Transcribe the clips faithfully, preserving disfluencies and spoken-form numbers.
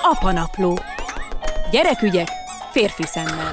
Apanapló. Gyerekügyek férfi szemmel.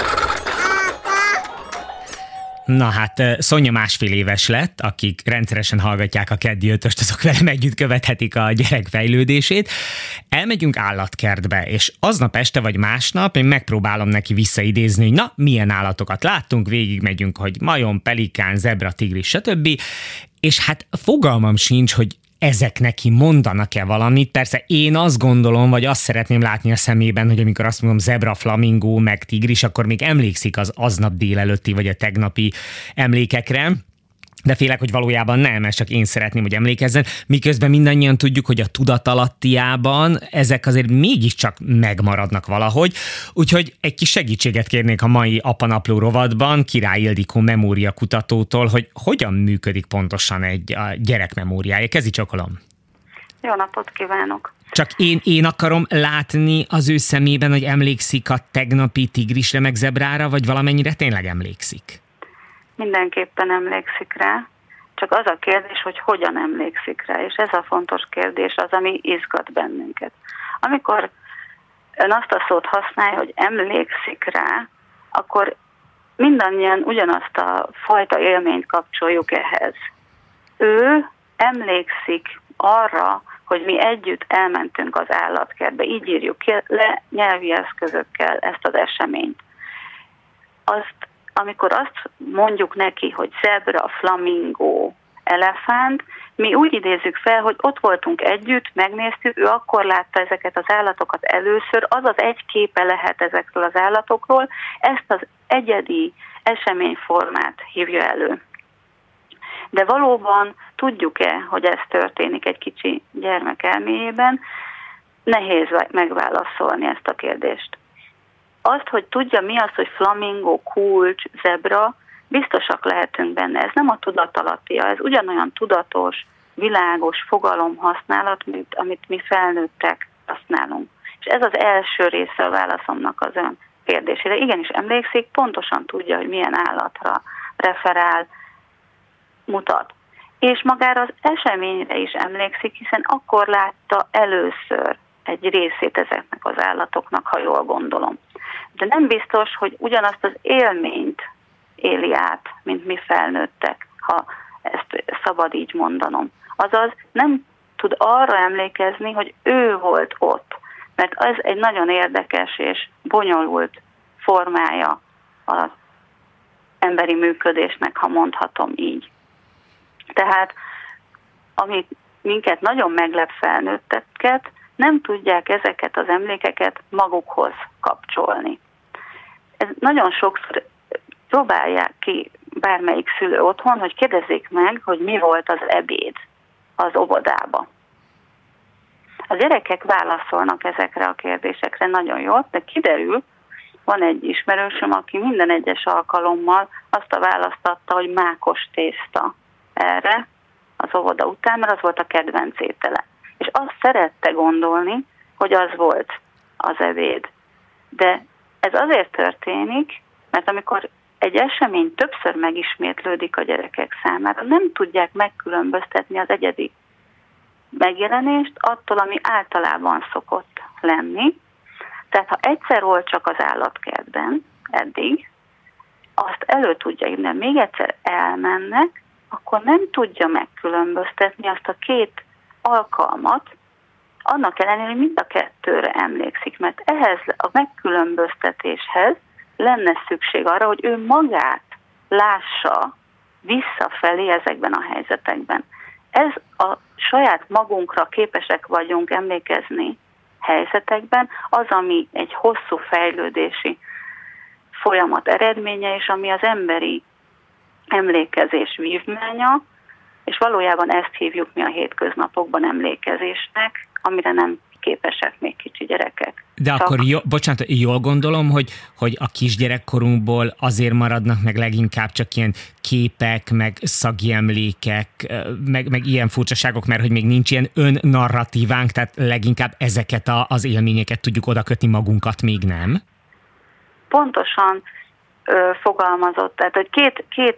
Na hát, Szonya másfél éves lett, akik rendszeresen hallgatják a Keddi Ötöst, azok velem együtt követhetik a gyerek fejlődését. Elmegyünk állatkertbe, és aznap este vagy másnap én megpróbálom neki visszaidézni, hogy na, milyen állatokat láttunk, végigmegyünk, hogy majom, pelikán, zebra, tigris, stb. És hát fogalmam sincs, hogy ezek neki mondanak-e valamit. Persze én azt gondolom, vagy azt szeretném látni a szemében, hogy amikor azt mondom zebra, flamingó, meg tigris, akkor még emlékszik az aznap délelőtti, vagy a tegnapi emlékekre. De félek, hogy valójában nem, ez csak én szeretném, hogy emlékezzen. Miközben mindannyian tudjuk, hogy a tudatalattiában ezek azért mégiscsak megmaradnak valahogy. Úgyhogy egy kis segítséget kérnék a mai Apanapló rovatban Király Ildikó memóriakutatótól, hogy hogyan működik pontosan egy a gyerek memóriája. Kezdj csokolom. Jó napot kívánok! Csak én, én akarom látni az ő szemében, hogy emlékszik a tegnapi tigrisre meg zebrára, vagy valamennyire tényleg emlékszik? Mindenképpen emlékszik rá, csak az a kérdés, hogy hogyan emlékszik rá, és ez a fontos kérdés az, ami izgat bennünket. Amikor ön azt a szót használja, hogy emlékszik rá, akkor mindannyian ugyanazt a fajta élményt kapcsoljuk ehhez. Ő emlékszik arra, hogy mi együtt elmentünk az állatkertbe, így írjuk ki le nyelvi eszközökkel ezt az eseményt. Azt Amikor azt mondjuk neki, hogy zebra, flamingó, elefánt, mi úgy idézzük fel, hogy ott voltunk együtt, megnéztük, ő akkor látta ezeket az állatokat először, az az egy képe lehet ezekről az állatokról, ezt az egyedi eseményformát hívja elő. De valóban tudjuk-e, hogy ez történik egy kicsi gyermek elméjében? Nehéz megválaszolni ezt a kérdést. Azt, hogy tudja mi az, hogy flamingó, kulcs, zebra, biztosak lehetünk benne. Ez nem a tudatalattia, ez ugyanolyan tudatos, világos fogalomhasználat, mint amit mi felnőttek használunk. És ez az első része a válaszomnak az ön kérdésére. Igenis emlékszik, pontosan tudja, hogy milyen állatra referál, mutat. És magára az eseményre is emlékszik, hiszen akkor látta először egy részét ezeknek az állatoknak, ha jól gondolom. De nem biztos, hogy ugyanazt az élményt éli át, mint mi felnőttek, ha ezt szabad így mondanom. Azaz nem tud arra emlékezni, hogy ő volt ott, mert ez egy nagyon érdekes és bonyolult formája az emberi működésnek, ha mondhatom így. Tehát, ami minket nagyon meglep felnőtteket, nem tudják ezeket az emlékeket magukhoz kapcsolni. Ez nagyon sokszor próbálják ki bármelyik szülő otthon, hogy kérdezzék meg, hogy mi volt az ebéd az óvodába. A gyerekek válaszolnak ezekre a kérdésekre nagyon jól, de kiderül, van egy ismerősöm, aki minden egyes alkalommal azt a választ adta, hogy mákos tészta erre az óvoda után, mert az volt a kedvenc étele. És azt szerette gondolni, hogy az volt az ebéd. De ez azért történik, mert amikor egy esemény többször megismétlődik a gyerekek számára, nem tudják megkülönböztetni az egyedi megjelenést attól, ami általában szokott lenni. Tehát ha egyszer volt csak az állatkertben eddig, azt elő tudja írni, még egyszer elmennek, akkor nem tudja megkülönböztetni azt a két alkalmat, annak ellenére, hogy mind a kettőre emlékszik, mert ehhez a megkülönböztetéshez lenne szükség arra, hogy ő magát lássa visszafelé ezekben a helyzetekben. Ez a saját magunkra képesek vagyunk emlékezni helyzetekben, az, ami egy hosszú fejlődési folyamat eredménye, és ami az emberi emlékezés vívmánya, és valójában ezt hívjuk mi a hétköznapokban emlékezésnek, amire nem képesek még kicsi gyerekek. De Csak... akkor, jó, bocsánat, jól gondolom, hogy, hogy a kisgyerekkorunkból azért maradnak meg leginkább csak ilyen képek, meg szagi emlékek, meg, meg ilyen furcsaságok, mert hogy még nincs ilyen önnarratívánk, tehát leginkább ezeket a, az élményeket tudjuk odakötni magunkat, még nem? Pontosan ö, fogalmazott, tehát hogy két, két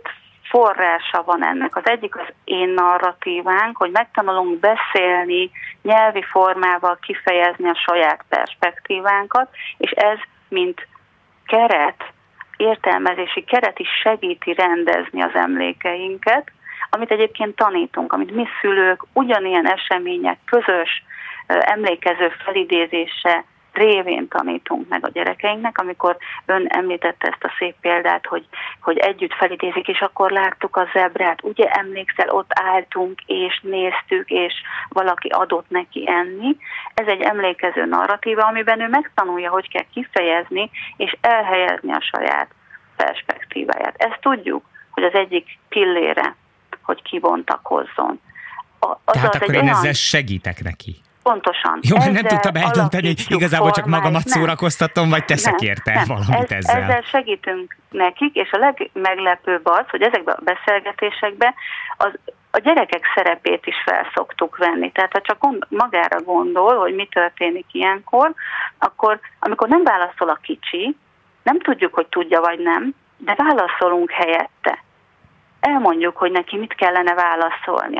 forrása van ennek. Az egyik az én narratívánk, hogy megtanulunk beszélni, nyelvi formával kifejezni a saját perspektívánkat, és ez, mint keret, értelmezési keret is segíti rendezni az emlékeinket, amit egyébként tanítunk, amit mi szülők ugyanilyen események közös emlékező felidézése révén tanítunk meg a gyerekeinknek, amikor ön említette ezt a szép példát, hogy, hogy együtt felidézik, és akkor láttuk a zebrát, ugye emlékszel, ott álltunk, és néztük, és valaki adott neki enni. Ez egy emlékező narratíva, amiben ő megtanulja, hogy kell kifejezni, és elhelyezni a saját perspektíváját. Ezt tudjuk, hogy az egyik pillére, hogy kibontakozzon. A, Tehát akkor én olyan... ezzel segítek neki. Pontosan. Jó, nem tudtam eldönteni, igazából csak magamat nem. szórakoztatom, vagy teszek nem, érte nem. valamit Ez, ezzel. Ezzel segítünk nekik, és a legmeglepőbb az, hogy ezekben a beszélgetésekben az, a gyerekek szerepét is felszoktuk venni. Tehát ha csak magára gondol, hogy mi történik ilyenkor, akkor amikor nem válaszol a kicsi, nem tudjuk, hogy tudja vagy nem, de válaszolunk helyette. Elmondjuk, hogy neki mit kellene válaszolnia.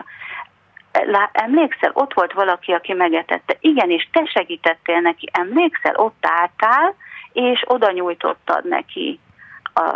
Emlékszel, ott volt valaki, aki megetette. Igen, és te segítettél neki. Emlékszel, ott álltál, és oda nyújtottad neki a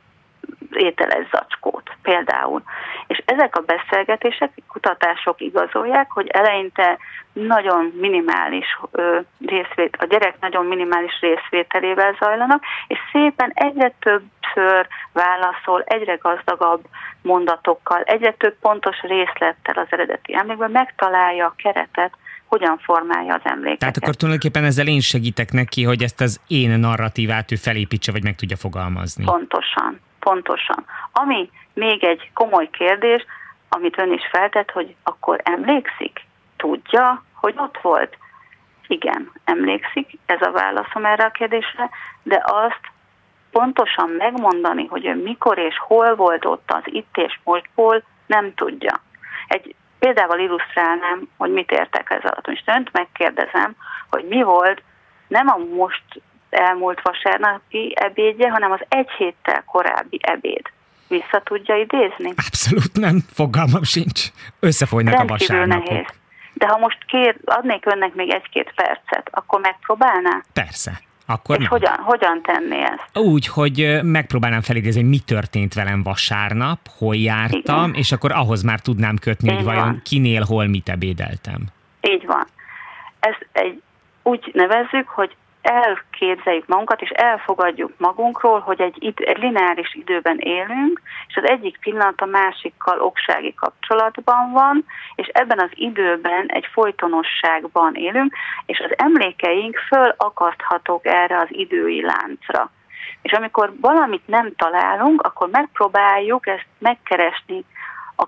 ételes zacskót például. És ezek a beszélgetések, kutatások igazolják, hogy eleinte nagyon minimális ö, részvét, a gyerek nagyon minimális részvételével zajlanak, és szépen egyre többször válaszol, egyre gazdagabb mondatokkal, egyre több pontos részlettel az eredeti emlékben megtalálja a keretet, hogyan formálja az emlékeket. Tehát akkor tulajdonképpen ezzel én segítek neki, hogy ezt az én narratívát ő felépítse, vagy meg tudja fogalmazni. Pontosan, pontosan. Ami még egy komoly kérdés, amit ön is feltett, hogy akkor emlékszik? Tudja, hogy ott volt? Igen, emlékszik, ez a válaszom erre a kérdésre, de azt pontosan megmondani, hogy ő mikor és hol volt ott az itt és mostból, nem tudja. Egy példával illusztrálnám, hogy mit értek ez alatt. Most önt megkérdezem, hogy mi volt nem a most elmúlt vasárnapi ebédje, hanem az egy héttel korábbi ebéd. Vissza tudja idézni? Abszolút nem, fogalmam sincs. Összefolynak a vasárnapok. Nehéz. De ha most kér, adnék önnek még egy-két percet, akkor megpróbálná? Persze. Akkor és hogyan, hogyan tenné ezt? Úgy, hogy megpróbálnám felidézni, mi történt velem vasárnap, hol jártam, igen. És akkor ahhoz már tudnám kötni, így hogy vajon van. Kinél, hol mit ebédeltem. Így van. Ezt egy, úgy nevezzük, hogy elképzeljük magunkat, és elfogadjuk magunkról, hogy egy, id- egy lineáris időben élünk, és az egyik pillanat a másikkal oksági kapcsolatban van, és ebben az időben egy folytonosságban élünk, és az emlékeink fölakaszthatók erre az idői láncra. És amikor valamit nem találunk, akkor megpróbáljuk ezt megkeresni a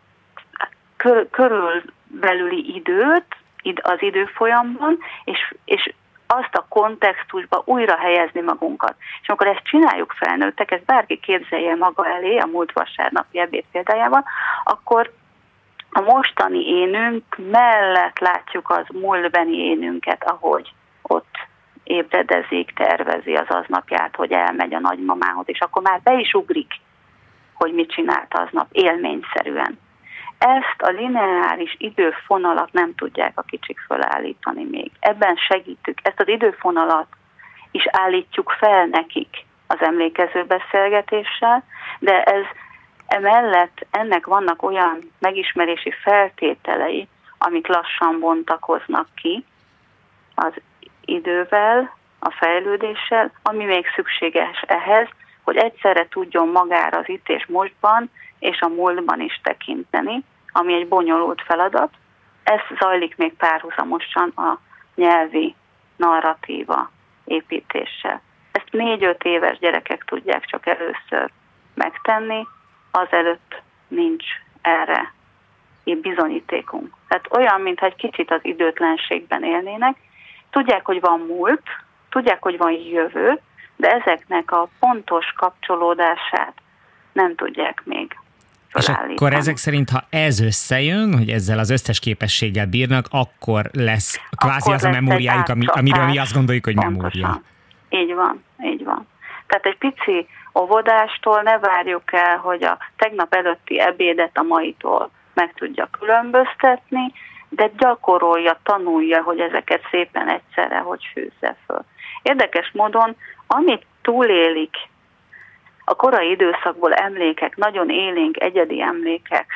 kör- körülbelüli időt az időfolyamban, és, és azt a kontextusba újra helyezni magunkat. És amikor ezt csináljuk felnőttek, ezt bárki képzelje maga elé a múlt vasárnapi ebéd példájában, akkor a mostani énünk mellett látjuk az múltbeni énünket, ahogy ott ébredezik, tervezi az aznapját, hogy elmegy a nagymamához, és akkor már be is ugrik, hogy mit csinált aznap élményszerűen. Ezt a lineáris időfonalat nem tudják a kicsik felállítani még. Ebben segítük. Ezt az időfonalat is állítjuk fel nekik az emlékező beszélgetéssel, de ez emellett ennek vannak olyan megismerési feltételei, amik lassan bontakoznak ki az idővel, a fejlődéssel, ami még szükséges ehhez, hogy egyszerre tudjon magára az itt és mostban, és a múltban is tekinteni, ami egy bonyolult feladat. Ez zajlik még párhuzamosan a nyelvi narratíva építéssel. Ezt négy-öt éves gyerekek tudják csak először megtenni, azelőtt nincs erre bizonyítékunk. Tehát olyan, mintha egy kicsit az időtlenségben élnének, tudják, hogy van múlt, tudják, hogy van jövő, de ezeknek a pontos kapcsolódását nem tudják még felállítani. És akkor ezek szerint, ha ez összejön, hogy ezzel az összes képességgel bírnak, akkor lesz kvázi akkor az lesz a memóriájuk, ami, amiről mi azt gondoljuk, hogy pontosan. Memória. Így van, így van. Tehát egy pici óvodástól ne várjuk el, hogy a tegnap előtti ebédet a maitól meg tudja különböztetni, de gyakorolja, tanulja, hogy ezeket szépen egyszerre hogy fűzze föl. Érdekes módon, amit túlélik a korai időszakból emlékek, nagyon élénk, egyedi emlékek,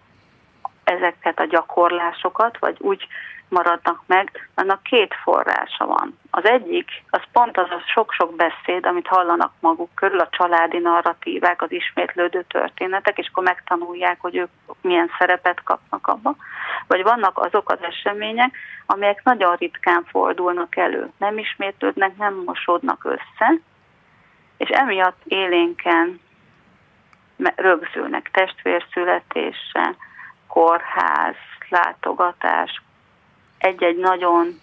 ezeket a gyakorlásokat, vagy úgy maradnak meg, annak két forrása van. Az egyik, az pont az a sok-sok beszéd, amit hallanak maguk körül, a családi narratívák, az ismétlődő történetek, és akkor megtanulják, hogy ők milyen szerepet kapnak abba. Vagy vannak azok az események, amelyek nagyon ritkán fordulnak elő. Nem ismétlődnek, nem mosódnak össze, és emiatt élénken rögzülnek testvérszületése, kórház, látogatás, egy-egy nagyon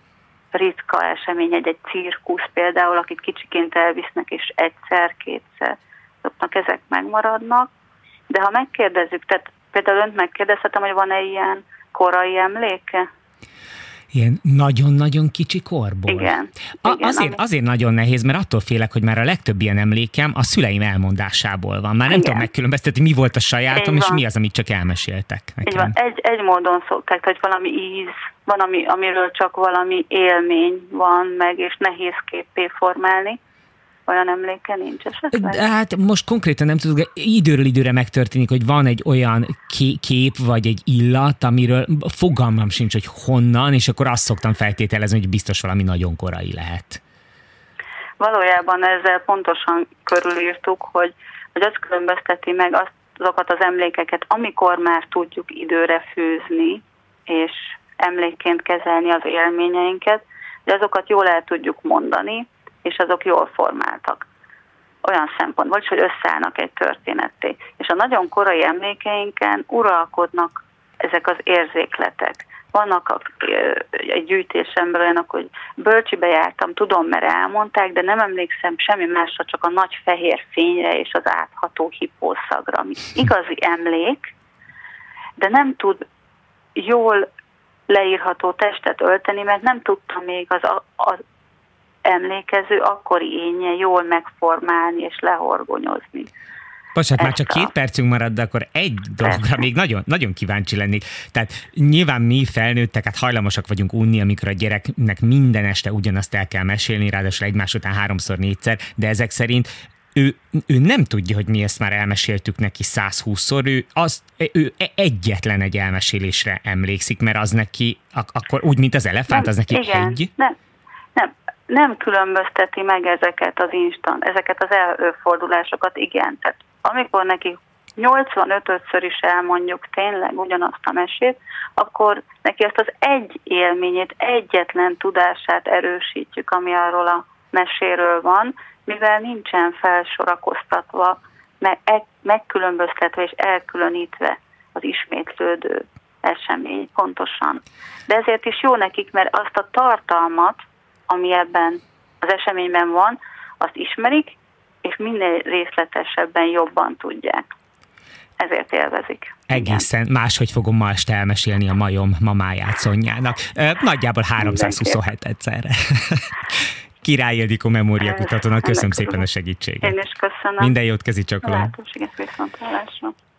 ritka esemény, egy-egy cirkusz például, akit kicsiként elvisznek, és egyszer-kétszer szoknak, ezek megmaradnak. De ha megkérdezzük, tehát például önt megkérdezhetem, hogy van-e ilyen korai emléke? Ilyen nagyon-nagyon kicsi korból. Igen. A, igen azért, ami... azért nagyon nehéz, mert attól félek, hogy már a legtöbb ilyen emlékem a szüleim elmondásából van. Már nem igen. tudom megkülönböztetni, mi volt a sajátom, és mi az, amit csak elmeséltek nekem. Így van. Egy, egy módon szokták, hogy valami íz, van, ami, amiről csak valami élmény van meg, és nehéz képpé formálni. Olyan emléke nincs esetleg? Hát most konkrétan nem tudok, időről időre megtörténik, hogy van egy olyan kép, vagy egy illat, amiről fogalmam sincs, hogy honnan, és akkor azt szoktam feltételezni, hogy biztos valami nagyon korai lehet. Valójában ezzel pontosan körülírtuk, hogy, hogy az különbözteti meg azt, azokat az emlékeket, amikor már tudjuk időre fűzni, és emlékként kezelni az élményeinket, de azokat jól el tudjuk mondani, és azok jól formáltak. Olyan szempontból, hogy összeállnak egy történetté. És a nagyon korai emlékeinken uralkodnak ezek az érzékletek. Vannak a, egy gyűjtésemben olyanok, hogy bölcsibe jártam, tudom, mert elmondták, de nem emlékszem semmi másra, csak a nagy fehér fényre és az átható hipószagra, ami igazi emlék, de nem tud jól leírható testet ölteni, mert nem tudta még az, az emlékező akkori énje jól megformálni és lehorgonyozni. Bocsánat, már csak a... két percünk marad, de akkor egy dologra még nagyon, nagyon kíváncsi lennék. Tehát nyilván mi felnőttek, hát hajlamosak vagyunk unni, amikor a gyereknek minden este ugyanazt el kell mesélni, ráadásul egymás után háromszor, négyszer, de ezek szerint ő, ő nem tudja, hogy mi ezt már elmeséltük neki százhúszszor, ő, az, ő egyetlen egy elmesélésre emlékszik, mert az neki, ak- akkor úgy, mint az elefánt, az neki igen, egy. Nem, nem. Nem különbözteti meg ezeket az instant, ezeket az előfordulásokat, igen. Tehát amikor neki nyolcvanötödször is elmondjuk tényleg ugyanazt a mesét, akkor neki azt az egy élményét, egyetlen tudását erősítjük, ami arról a meséről van, mivel nincsen felsorakoztatva, megkülönböztetve és elkülönítve az ismétlődő esemény pontosan. De ezért is jó nekik, mert azt a tartalmat, ami ebben az eseményben van, azt ismerik, és minél részletesebben jobban tudják. Ezért élvezik. Egészen igen. Máshogy fogom ma este elmesélni a majom mamáját Szonyának. Nagyjából háromszázhuszonhét egyszerre. Király Ildikó memóriakutatónak köszönöm szépen a segítséget. Én is köszönöm. Minden jót, kezi csokolom. Lehetőséget viszontlátásra.